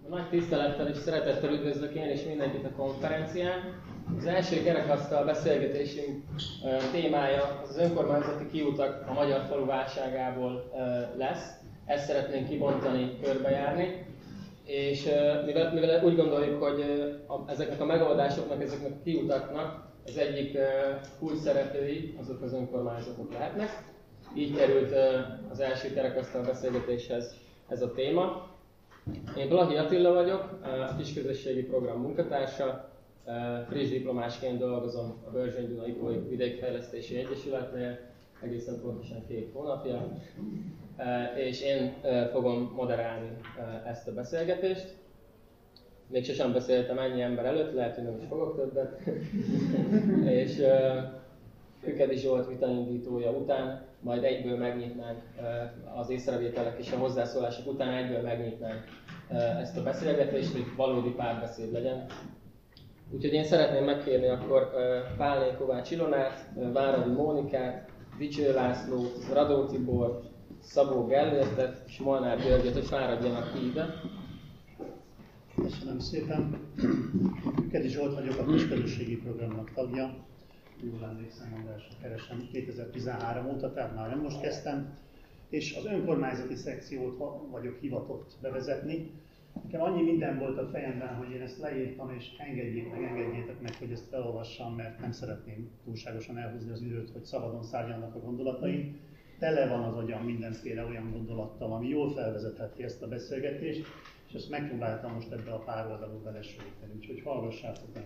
Nagy tisztelettel és szeretettel üdvözlök én és mindenkit a konferencián. Az első kerekasztal beszélgetésünk témája az önkormányzati kiutak a magyar falu válságából lesz. Ezt szeretnénk kibontani, körbejárni. És mivel úgy gondoljuk, hogy ezeknek a megoldásoknak, ezeknek a kiutaknak az egyik kulcsszereplői azok az önkormányzatok lehetnek. Így került az első kerekasztal beszélgetéshez ez a téma. Én Blahi Attila vagyok, a Kisközösségi Program munkatársa, friss diplomásként dolgozom a Börzsöny-Duna Vidékfejlesztési Egyesületnél, egészen pontosan 2 hónapja, és én fogom moderálni ezt a beszélgetést. Még sosem beszéltem ennyi ember előtt, lehet, hogy nem is fogok többet. És Kükedi Zsolt vitaindítója után majd egyből megnyitnánk az észrevételek és a hozzászólások után egyből megnyitnánk ezt a beszélgetést, hogy valódi párbeszéd legyen. Úgyhogy én szeretném megkérni akkor Pálné Kovács Ilonát, Váradi Mónikát, Dicső Lászlót, Radó Tibort, Szabó Gellértet és Molnár Györgyöt, hogy fáradjanak ki ide. Köszönöm szépen. Kükedi Zsolt vagyok, a Kisközösségi Programnak tagja. Jól emlékszem, Andrásra keresem, 2013 óta, tehát már nem most kezdtem. És az önkormányzati szekciót vagyok hivatott bevezetni. Nekem annyi minden volt a fejemben, hogy én ezt leírtam, és engedjétek meg, hogy ezt felolvassam, mert nem szeretném túlságosan elhúzni az időt, hogy szabadon szárnyalnak a gondolataim. Tele van az agyam mindenféle olyan gondolattal, ami jól felvezetheti ezt a beszélgetést, és ezt megpróbáltam most ebbe a pár oldalú belesülíteni, úgyhogy hallgassátok meg.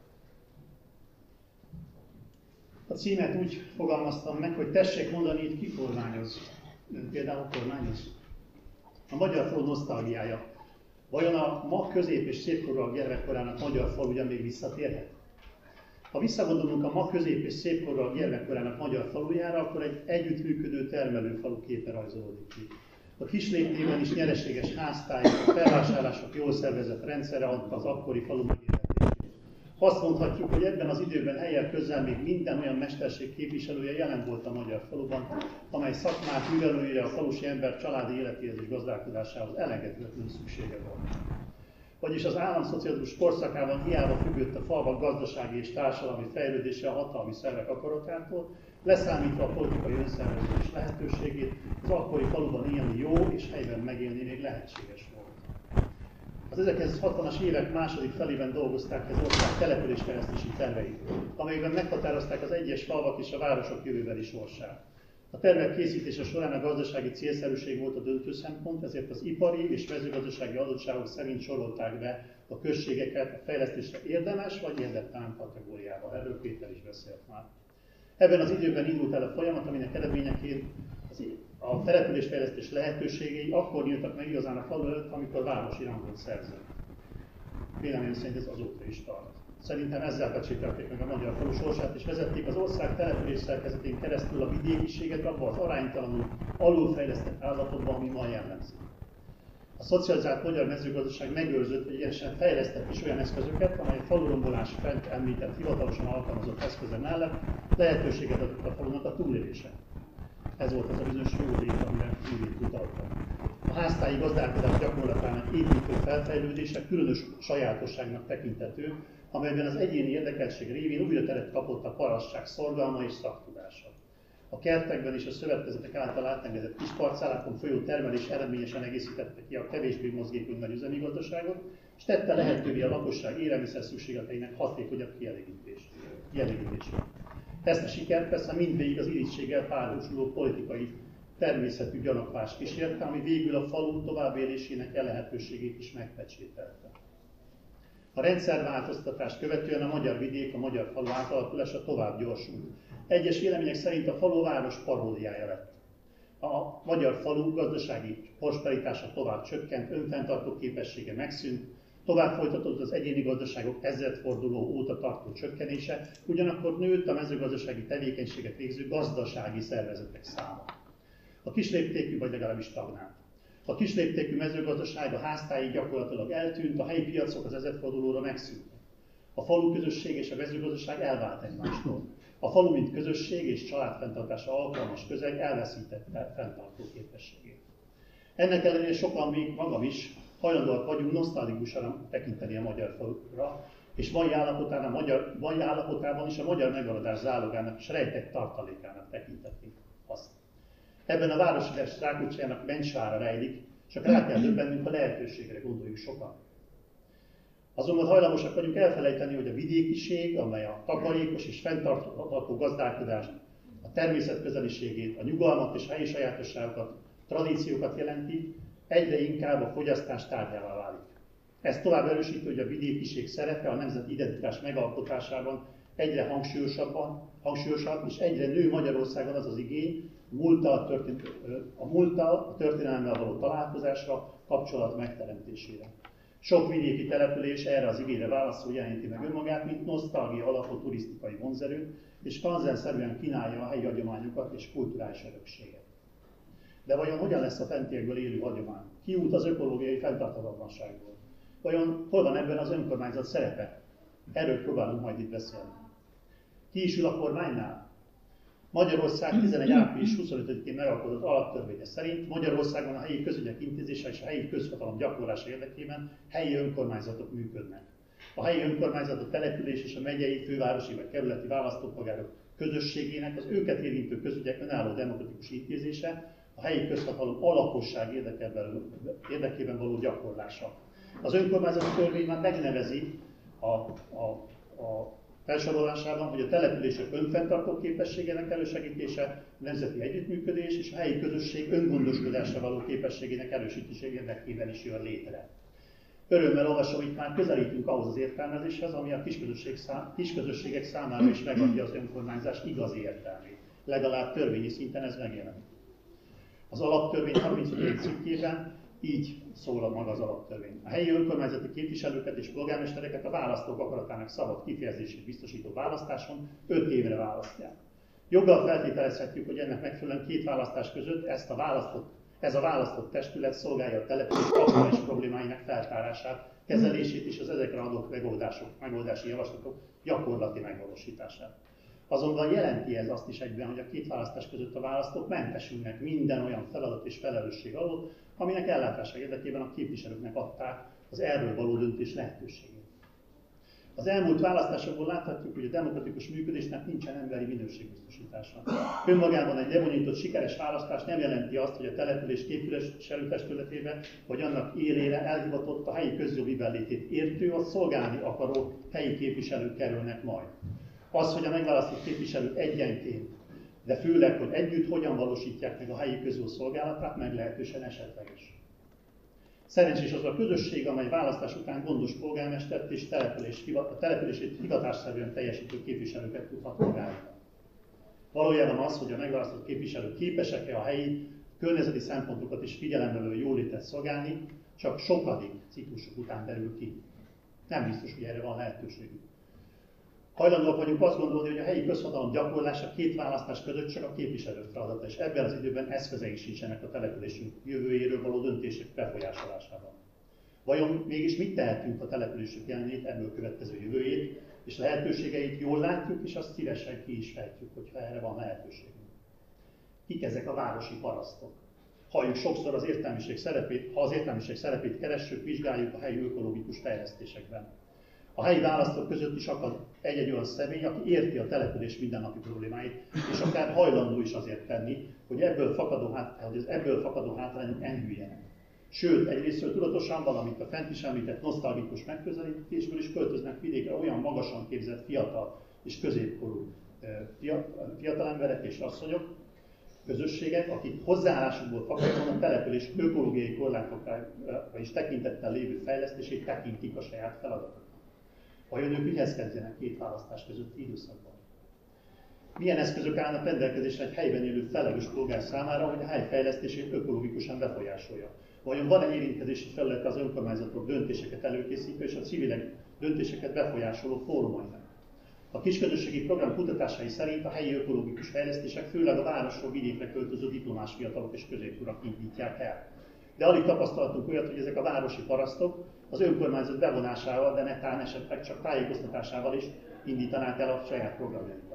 A címet úgy fogalmaztam meg, hogy tessék mondani, itt ki kormányoz. Ön például kormányoz. A magyar falu nosztalgiája. Vajon a ma közép- és szépkorúak gyermekkorának magyar falu ugyan még visszatérhet? Ha visszagondolunk a ma közép- és szépkorúak gyermekkorának magyar falujára, akkor egy együttműködő termelőfalu képe rajzolódik ki. A kisléptében is nyereséges háztályok, a felvásárlások jól szervezett rendszere adta az akkori falu megélhetését. Azt mondhatjuk, hogy ebben az időben helyen közel még minden olyan mesterség képviselője jelen volt a magyar faluban, amely szakmát művelője a falusi ember családi életéhez és gazdálkodásához elengedhetetlen szüksége volt. Vagyis az államszocializmus korszakában hiába függött a falvak gazdasági és társadalmi fejlődése a hatalmi szervek akaratától, leszámítva a politikai önszervezés lehetőségét, az akkori faluban élni jó és helyben megélni még lehetséges volt. Az 1960-as évek második felében dolgozták az ország településfejlesztési terveit, amelyekben meghatározták az egyes falvak és a városok jövőbeli sorsát. A tervek készítése során a gazdasági célszerűség volt a döntő szempont, ezért az ipari és mezőgazdasági adottságok szerint sorolták be a községeket a fejlesztésre érdemes vagy érdektelen kategóriába. Erről Péter is beszélt már. Ebben az időben indult el a folyamat, aminek eredményeként a településfejlesztés lehetőségei akkor nyíltak meg igazán a falu előtt, amikor városi rangot szerzett. Véleményem szerint ez azóta is tart. Szerintem ezzel pecsételték meg a magyar falu sorsát, és vezették az ország település szerkezetén keresztül a vidékiséget abba az aránytalanul alulfejlesztett állapotba, ami ma jellemző. A szocializált magyar mezőgazdaság megőrzött, vagy egyenesen fejlesztett is olyan eszközöket, amely a falurombolás fent említett hivatalosan alkalmazott eszköze mellett lehetőséget adott a falunak a túlélésre. Ez volt az a bizonyos jó lét, amire mindig utaltam. A háztáji gazdálkodás gyakorlatának építő felfejlődése különös sajátosságnak tekinthető, amelyben az egyéni érdekeltség révén újra teret kapott a parasztság szorgalma és szaktudása. A kertekben és a szövetkezetek által átengedett kisparcellákon folyó termelés eredményesen egészítette ki a kevésbé mozgékony nagy üzemi gazdaságot, és tette lehetővé a lakosság élelmiszer szükségleteinek hatékonyabb kielégítését. Ezt a sikert persze mindvégig az irítséggel párosuló politikai természetű gyanakvás kísérte, ami végül a falu továbbélésének lehetőségét is megpecsételte. A rendszerváltoztatást követően a magyar vidék, a magyar falu átalakulása tovább gyorsult. Egyes vélemények szerint a falu város paródiája lett. A magyar falu gazdasági prosperitása tovább csökkent, önfenntartó képessége megszűnt, tovább folytatódott az egyéni gazdaságok ezredforduló óta tartó csökkenése, ugyanakkor nőtt a mezőgazdasági tevékenységet végző gazdasági szervezetek száma. A kisléptékű vagy legalábbis stagnált. A kisléptékű mezőgazdaság a háztáig gyakorlatilag eltűnt, a helyi piacok az ezredfordulóra megszűntek. A falu közösség és a mezőgazdaság elvált egymástól. A falu mint közösség és családfenntartása alkalmas közeg elveszítette fenntartó képességét. Ennek ellenére sokan, még magam is, hajlandóak vagyunk nosztalgikusan tekinteni a magyar falura, és mai állapotában is a magyar megmaradás zálogának és rejtett tartalékának tekintetünk azt. Ebben a városias Rákócziának mencsvára rejlik, csak rá kell döbbennünk a lehetőségre, gondoljuk sokan. Azonban hajlamosak vagyunk elfelejteni, hogy a vidékiség, amely a takarékos és fenntartható gazdálkodást, a természet közeliségét, a nyugalmat és helyi sajátosságokat, tradíciókat jelenti, egyre inkább a fogyasztás tárgyává válik. Ez tovább erősíti, hogy a vidékiség szerepe a nemzeti identitás megalkotásában egyre hangsúlyosabb, és egyre nő Magyarországon az az igény, a múlttal, a történelemmel való találkozásra, kapcsolat megteremtésére. Sok vidéki település erre az igényre válaszul jeleníti meg önmagát, mint nosztalgia alapú turisztikai vonzerő, és kanzenszerűen kínálja a helyi hagyományokat és kulturális örökséget. De vajon hogyan lesz a fentiekből élő hagyomány? Ki út az ökológiai fenntarthatatlanságból? Vajon hol van ebben az önkormányzat szerepe? Erről próbálunk majd itt beszélni. Ki is ül a kormánynál? Magyarország 11. április 25-én megalkotott alaptörvénye szerint Magyarországon a helyi közügyek intézése és a helyi közhatalom gyakorlása érdekében helyi önkormányzatok működnek. A helyi önkormányzat a település és a megyei, fővárosi vagy kerületi választópolgárok közösségének az őket érintő közügyek önálló demokratikus intézése, a helyi közhatalom a lakosság érdekében való gyakorlása. Az önkormányzati törvény már megnevezi a felsorolásában, hogy a települések önfenntartó képességének elősegítése, a nemzeti együttműködés és a helyi közösség öngondoskodásra való képességének erősítése érdekében is jön létre. Örömmel olvasom, itt már közelítünk ahhoz az értelmezéshez, ami a kisközösségek számára is megadja az önkormányzás igazi értelmét. Legalább törvényi szinten ez megjelenik. Az alaptörvény 35. cikkében így szól maga az alaptörvény. A helyi önkormányzati képviselőket és polgármestereket a választók akaratának szabad kifejezését biztosító választáson 5 évre választják. Joggal feltételezhetjük, hogy ennek megfelelően 2 választás között ez a választott testület szolgálja a település aktuális problémáinak feltárását, kezelését és az ezekre adott megoldási javaslatok gyakorlati megvalósítását. Azonban jelenti ez azt is egyben, hogy a 2 választás között a választók mentesülnek minden olyan feladat és felelősség alól, aminek ellátása érdekében a képviselőknek adták az erről való döntés lehetőségét. Az elmúlt választásokból láthatjuk, hogy a demokratikus működésnek nincsen emberi minőségbiztosítása. Önmagában egy lebonyolított sikeres választás nem jelenti azt, hogy a település képviselőtestületébe vagy annak élére elhivatott a helyi közjogi létét értő, a szolgálni akaró helyi képviselők kerülnek majd. Az, hogy a megválasztott képviselők egyenként, de főleg, hogy együtt hogyan valósítják meg a helyi közjó szolgálatát, meglehetősen esetleges. Szerencsés az a közösség, amely választás után gondos polgármestert és a települését hivatásszerűen teljesítő képviselőket tudhat magára. Valójában az, hogy a megválasztott képviselők képesek-e a helyi környezeti szempontokat is figyelembe vevő jólétet szolgálni, csak sokadik ciklusok után derül ki. Nem biztos, hogy erre van lehetőségük. Hajlandóak vagyunk azt gondolni, hogy a helyi közhatalom gyakorlása 2 választás között csak a képviselők feladata, és ebben az időben eszközeink sincsenek a településünk jövőjéről való döntések befolyásolásában. Vajon mégis mit tehetünk a településük jelenét, ebből következő jövőjét, és lehetőségeit jól látjuk, és azt szívesen ki is fejtjük, hogyha erre van lehetőségünk. Kik ezek a városi parasztok? Halljuk sokszor az értelmiség szerepét, ha az értelmiség szerepét keressük, vizsgáljuk a helyi ökológikus fejlesztésekben. A helyi választók között is akad egy-egy olyan személy, aki érti a település mindennapi problémáit, és akár hajlandó is azért tenni, hogy az ebből fakadó hátrányok enyhüljenek. Sőt, egyrésztről tudatosan, valamint a fent is említett nosztalgikus megközelítésből is költöznek vidékre olyan magasan képzett fiatal és középkorú fiatal emberek és asszonyok, közösségek, akik hozzáállásukból fakadóan a település ökológiai korlátokra is tekintettel lévő fejlesztését tekintik a saját feladatot. Vajon ők mihez kezdjenek 2 választás közötti időszakban? Milyen eszközök állnak rendelkezésre egy helyben élő felelős polgár számára, hogy a hely fejlesztését ökológikusan befolyásolja? Vajon van-e érintkezési felülete az önkormányzatok döntéseket előkészítő és a civilek döntéseket befolyásoló fórumainak? A kisközösségi program kutatásai szerint a helyi ökológikus fejlesztések főleg a városról vidékre költöző diplomás fiatalok és középkorak indítják el. De alig tapasztaltunk olyat, hogy ezek a városi parasztok az önkormányzat bevonásával, de netán esetleg csak tájékoztatásával is indítanák el a saját programjaikat.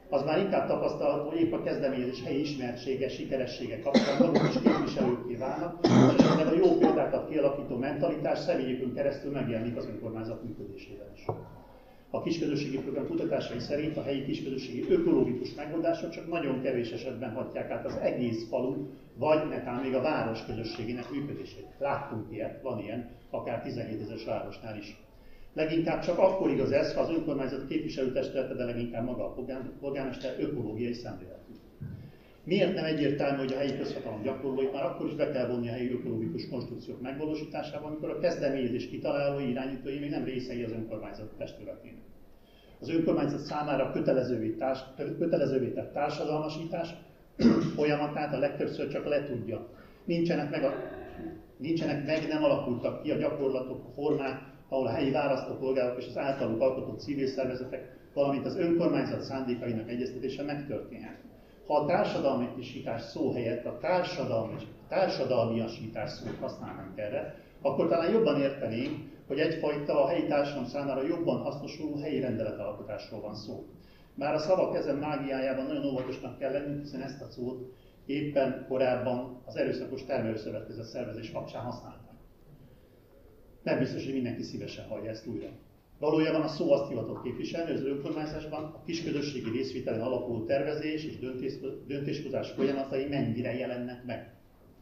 az már inkább tapasztalható, hogy épp a kezdeményezés helyi ismertsége, sikeressége kapcsán maguk is képviselőkké válnak, és ezen a jó példákat kialakító mentalitás személyükön keresztül megjelenik az önkormányzat működésében is. A kisközösségi program kutatásai szerint a helyi kisközösségi ökológikus megoldások csak nagyon kevés esetben hatják át az egész falu, vagy netán még a város közösségének működését. Láttunk ilyet, van ilyen, akár 17 000 városnál is. Leginkább csak akkor igaz ez, ha az önkormányzat képviselőtestülete, de leginkább maga a polgármester ökológiai szemléletű. Miért nem egyértelmű, hogy a helyi közhatalom gyakorlóit már akkor is be kell vonni a helyi ökológikus konstrukciók megvalósításában, amikor a kezdeményezés kitalálói, irányítói még nem részei az önkormányzat testületének. Az önkormányzat számára kötelezővé tett társadalmasítás folyamatát a legtöbbször csak letudja. Nincsenek meg, nem alakultak ki a gyakorlatok, a formák, ahol a helyi választópolgárok és az általuk alkotott civil szervezetek, valamint az önkormányzat szándékainak egyeztetése megtörténhet. Ha a társadalmiasítás szó helyett a társadalmiasítás szót használnánk erre, akkor talán jobban értenénk, hogy egyfajta a helyi társadalom számára jobban hasznosuló helyi rendeletalkotásról van szó. Bár a szavak ezen mágiájában nagyon óvatosnak kell lennünk, hiszen ezt a szót éppen korábban az erőszakos termelőszövetkezet szervezés kapcsán használták. Nem biztos, hogy mindenki szívesen hallja ezt újra. Valójában a szó azt hivatott képviselni, hogy az önkormányzásban a kisközösségi részvételen alapuló tervezés és döntéshozás folyamatai mennyire jelennek meg.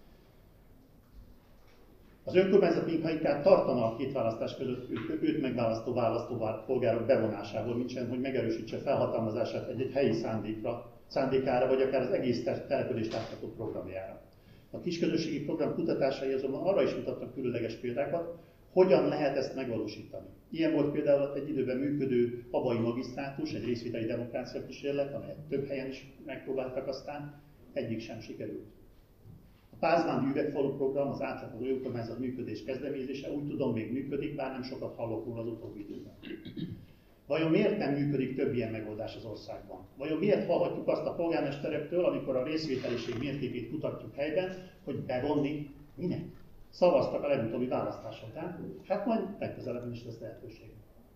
Az önkormányzat mintha inkább tartana a két választás között őt megválasztó választópolgárok bevonásából, nincsen, hogy megerősítse felhatalmazását egy helyi szándékára, vagy akár az egész települést átható programjára. A kisközösségi program kutatásai azonban arra is mutatnak különleges példákat, hogyan lehet ezt megvalósítani. Ilyen volt például egy időben működő abai magisztrátus, egy részvételi demokrácia kísérlet, amelyet több helyen is megpróbáltak, aztán egyik sem sikerült. A Pázmándi üvegfalu program, az átlátható önkormányzat működés kezdeményezése úgy tudom még működik, bár nem sokat hallok róla az utóbbi időben. Vajon miért nem működik több ilyen megoldás az országban? Vajon miért hallhatjuk azt a polgármesterektől, amikor a részvételiség mértékét kutatjuk helyben, hogy bevonni minek? Szavaztak a legutóbbi választáson, hát majd legközelebb is lesz lehetőség.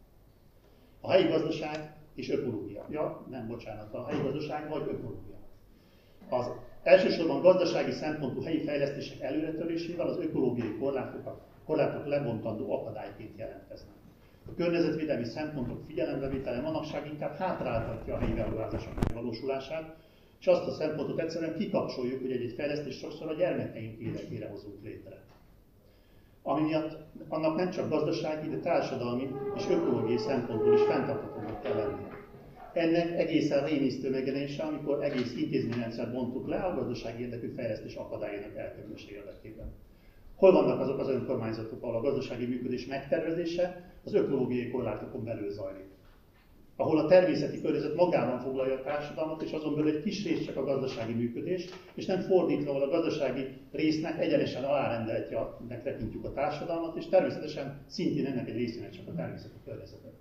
A helyi gazdaság és ökológia. A helyi gazdaság vagy ökológia. Az elsősorban gazdasági szempontú helyi fejlesztések előretörésével az ökológiai korlátok lebontandó akadályként jelentkeznek. A környezetvédelmi szempontok figyelembevétele manapság inkább hátráltatja a helyi beruházások megvalósulását, és azt a szempontot egyszerűen kikapcsoljuk, hogy egy fejlesztést sokszor a gyermekeink életére hozunk létre. Ami miatt annak nem csak gazdasági, de társadalmi és ökológiai szempontból is fenntarthatónak kell lennie. Ennek egészen rémisztő megjelenése, amikor egész intézményrendszert bontuk le a gazdasági érdekű fejlesztés akadályának elkerülése érdekében. Hol vannak azok az önkormányzatok, ahol a gazdasági működés megtervezése az ökológiai korlátokon belül zajlik? Ahol a természeti környezet magában foglalja a társadalmat, és azon belül egy kis rész csak a gazdasági működés, és nem fordítva, ahol a gazdasági résznek egyenesen alárendeltjének tekintjük a társadalmat, és természetesen szintén ennek egy részének csak a természeti környezetet.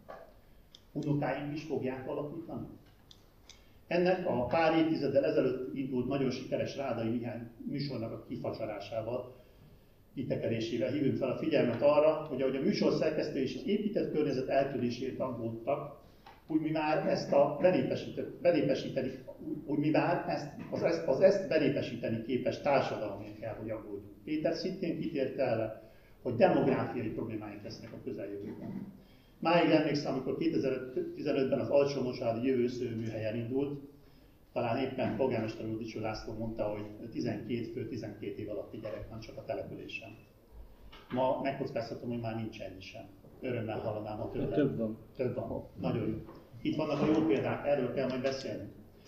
Unokáink is fogják alakítani? Ennek a pár évtizeddel ezelőtt indult nagyon sikeres Rádai Mihály műsornak a kifacsarásával, kitekerésével hívunk fel a figyelmet arra, hogy ahogy a műsor szerkesztő és az épített környezet eltűnésért aggódtak, úgy mi már ezt ezt benépesíteni képes társadalomért kell, hogy aggódjunk. Péter szintén kitért erre, hogy demográfiai problémáink lesznek a közeljövőben. Máig emlékszem, amikor 2015-ben az Alsó-Moshádi Jövősző műhelyen indult, talán éppen polgármester úr Dicső László mondta, hogy 12 fő 12 év alatti gyerek van csak a településen. Ma megkockáztatom, hogy már nincs ennyi sem. Örömmel hallanám a tőlem. Több van. Több van. Nagyon jó. Itt vannak a jó példák, erről kell majd beszélni.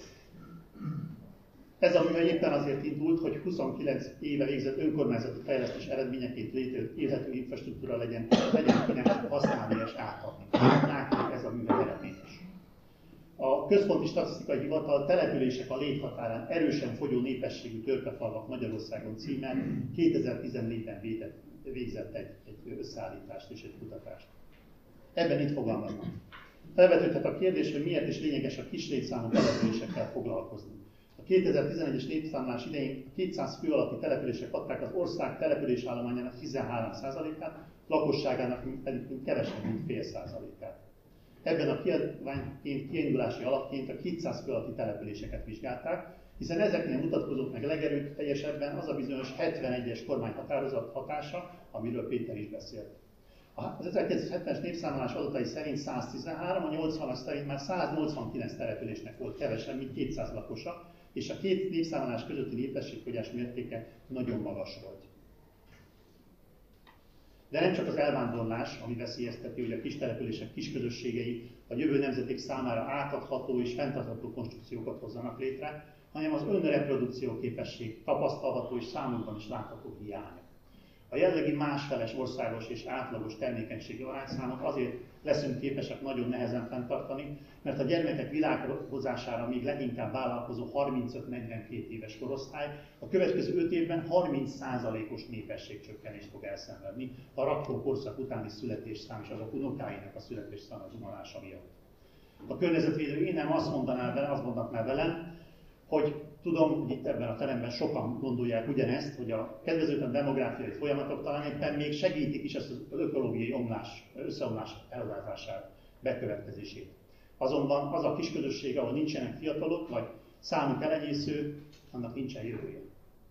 Ez a műhely éppen azért indult, hogy 29 éve végzett önkormányzati fejlesztés eredményeként élhető infrastruktúra legyen kinek használni és átadni. Látjuk, ez a műhely eredményes. A Központi Statisztikai Hivatal települések a léthatárán erősen fogyó népességű törpefalvak Magyarországon címen 2014-ben végzett egy összeállítást és egy kutatást. Ebben itt fogalmaznak. Felvetődhet a kérdés, hogy miért is lényeges a kis létszámú településekkel foglalkozni. A 2011-es népszámlás idején 200 fő alatti települések adták az ország településállományának 13%-át, lakosságának pedig kevesebb, mint fél százalékát. Ebben a kiindulási alapként a 200 fölötti településeket vizsgálták, hiszen ezeknél mutatkozott meg legerőteljesebben az a bizonyos 71-es kormányhatározat hatása, amiről Péter is beszélt. Az 1970-es népszámlálás adatai szerint 113, a 80-as szerint már 189 településnek volt kevesebb, mint 200 lakosa, és a két népszámlálás közötti népességfogyás mértéke nagyon magas volt. De nem csak az elvándorlás, ami veszélyezteti, hogy a kis települések kisközösségei a jövő nemzetek számára átadható és fenntartható konstrukciókat hozzanak létre, hanem az önreprodukció képesség tapasztalható és számukban is látható hiánya. A jellegi másfeles országos és átlagos termékenységi arányszámot azért leszünk képesek nagyon nehezen fenntartani, mert a gyermekek világhozására még leginkább vállalkozó 35-42 éves korosztály a következő 5 évben 30%-os népességcsökkenést fog elszenvedni a raktókorszak utáni születésszám és azok unokáinak a születésszáma zuhanása miatt. A környezetvédő nem azt mondanak már velem, hogy tudom, hogy itt ebben a teremben sokan gondolják ugyanezt, hogy a kedvezőtlen demográfiai folyamatok talán éppen még segítik is ezt az ökológiai összeomlás elváltását, bekövetkezését. Azonban az a kis közösség, ahol nincsenek fiatalok, vagy számuk elenyésző, annak nincsen jövője.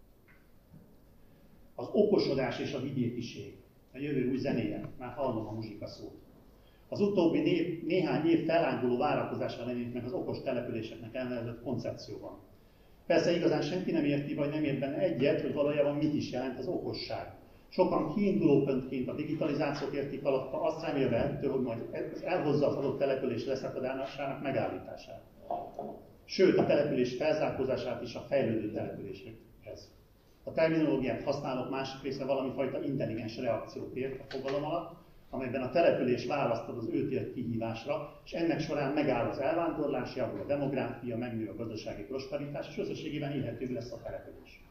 Az okosodás és a vidékiség, a jövő új zenéje, már hallom a muzsika szót. Az utóbbi néhány év felángoló várakozással lennék meg az okos településeknek elnevezett koncepcióban. Persze igazán senki nem érti, vagy nem ért benne egyet, hogy valójában mit is jelent az okosság. Sokan kiindulópontként a digitalizációt értik alatta, azt remélve ettől, hogy majd ez elhozza az adott település leszakadásának megállítását. Sőt, a település felzárkózását is a fejlődő településekhez. A terminológiát használók másik része valami fajta intelligens reakciót ért a fogalom alatt, amelyben a település választod az őt ért kihívásra, és ennek során megáll az elvándorlás, javul a demográfia, megnő a gazdasági prosperitás, és összességében élhetőbb lesz a település.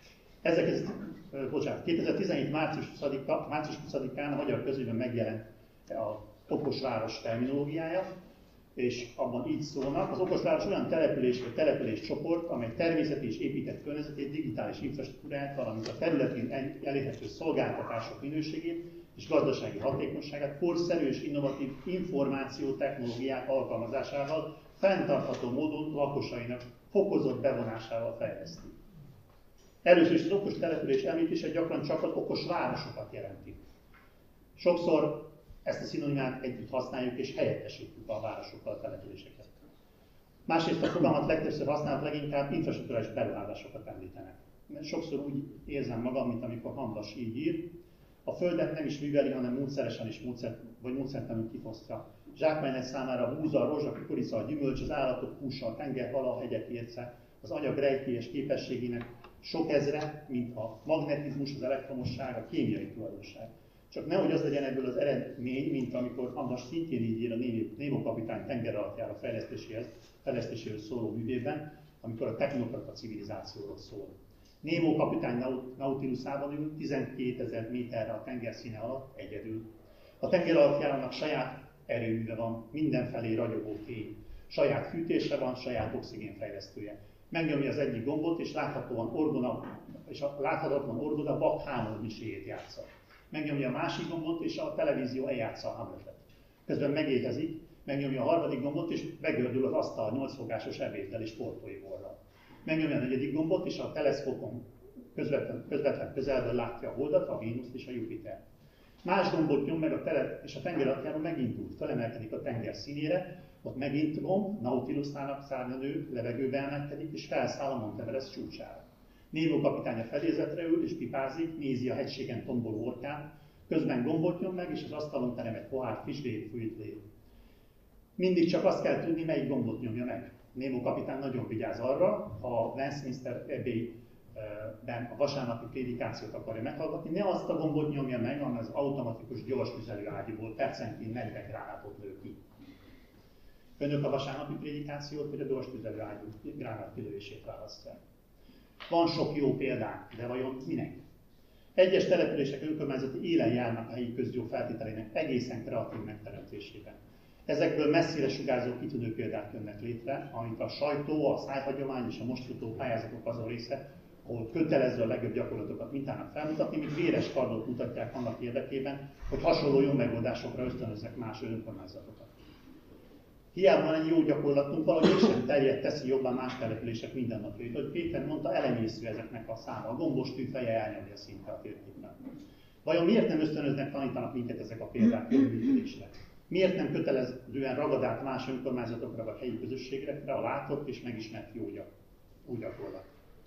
2017. március 20-án a magyar közlőben megjelent a okosváros terminológiája, és abban így szólnak, az okosváros olyan település vagy településcsoport, amely természeti és épített környezetét, digitális infrastruktúrát, valamint a területén elérhető szolgáltatások minőségét és gazdasági hatékonyságát korszerű és innovatív információtechnológiák alkalmazásával fenntartható módon lakosainak fokozott bevonásával fejleszti. Először is az okos település említése gyakran csak az okos városokat jelenti. Sokszor ezt a szinonimát együtt használjuk és helyettesítjük a városokkal a településeket. Másrészt a fogalmat legtöbbször használnak, leginkább infrastruktúrális beruházásokat említenek. Mert sokszor úgy érzem magam, mint amikor Hamvas így ír, a földet nem is műveli, hanem módszeresen is módszertelenül kifosztja. Zsákmánynek számára búza, rózsa, kukorica, a gyümölcs, az állatok húsa, a tengerhala, a hegyek érce, az anyag rejtélyes képességének sok ezre, mint a magnetizmus, az elektromosság, a kémiai tulajdonság. Csak nehogy az legyen ebből az eredmény, mint amikor Hamvas szintén így ír a Nemo kapitány tengeralattjára fejlesztéséről szóló művében, amikor a technokrata civilizációról szól. Nemo kapitány Nautilusában ül 12 000 méterre a tengerszíne alatt egyedül. A tengeralattjárónak saját erőműve van, mindenfelé ragyogó fény. Saját fűtése van, saját oxigénfejlesztője. Megnyomja az egyik gombot, és láthatatlan orgona Bach Hámor miséjét játsza. Megnyomja a másik gombot, és a televízió eljátsza a Hamletet. Közben megéhezik, megnyomja a harmadik gombot, és begördül az asztal 8 fogásos ebéddel és portóiborral. Megnyomja a negyedik gombot, és a teleszkópon közvetlen közelből látja a Holdat, a Vénuszt és a Jupitert. Más gombot nyom meg és a tengeralattjáró megindul, felemelkedik a tenger színére, ott megint gomb, Nautilusának szárnyanő levegőbe emelkedik, és felszáll a Monteverest csúcsára. Nemo kapitány a fedélzetre ül és pipázik, nézi a hegységen tomboló orkán, közben gombot nyom meg, és az asztalon terem egy pohár friss fújt lé. Mindig csak azt kell tudni, melyik gombot nyomja meg. Nemo kapitány nagyon vigyáz arra, ha Westminster Abbey-ben a vasárnapi prédikációt akarja meghallgatni, ne azt a gombot nyomja meg, amely az automatikus gyors tüzelőágyúból percenként 40 gránátot lő ki. Önök a vasárnapi prédikációt vagy a gyors tüzelőágyú gránát kilövését választják. Van sok jó példánk, de vajon minek? Egyes települések önkormányzati élen járnak a helyi közjó feltételének egészen kreatív megteremtésében. Ezekből messzire sugárzó kitűnő példák jönnek létre, amit a sajtó, a szájhagyomány és a most futó pályázatok azon része, ahol kötelező a legjobb gyakorlatokat mintának felmutatni, míg véres kardot mutatják annak érdekében, hogy hasonló jó megoldásokra ösztönözzek más önkormányzatokat. Hiába van egy jó gyakorlatunk, valahogy sem teszi jobban más települések mindennapjait. Hogy Péter mondta, elenyésző ezeknek a száma. A gombostű feje elnyomja szinte a térképen. Vajon miért nem ösztönöznek, tanítanak minket ezek a példák jobb működésre? Miért nem kötelezően ragad át más önkormányzatokra vagy helyi közösségekre a látott és megismert jó gyakorlat?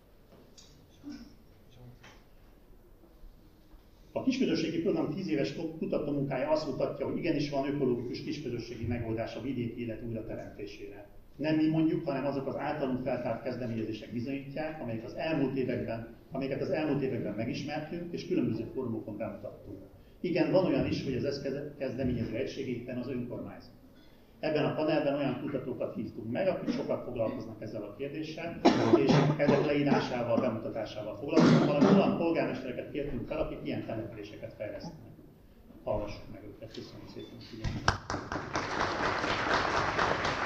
A kisközösségi program 10 éves kutatómunkája azt mutatja, hogy igenis van ökológikus kisközösségi megoldás a vidéki élet újrateremtésére. Nem mi mondjuk, hanem azok az általunk feltárt kezdeményezések bizonyítják, amelyeket az elmúlt években megismertünk és különböző fórumokon bemutattunk. Igen, van olyan is, hogy az kezdeményező egységében az önkormányzat. Ebben a panelben olyan kutatókat hívtunk meg, akik sokat foglalkoznak ezzel a kérdéssel, és ezek leírásával, bemutatásával foglalkoznak, valamint olyan polgármestereket kértünk fel, akik ilyen településeket fejlesztenek. Hallgassuk meg őket, köszönöm szépen a figyelmet!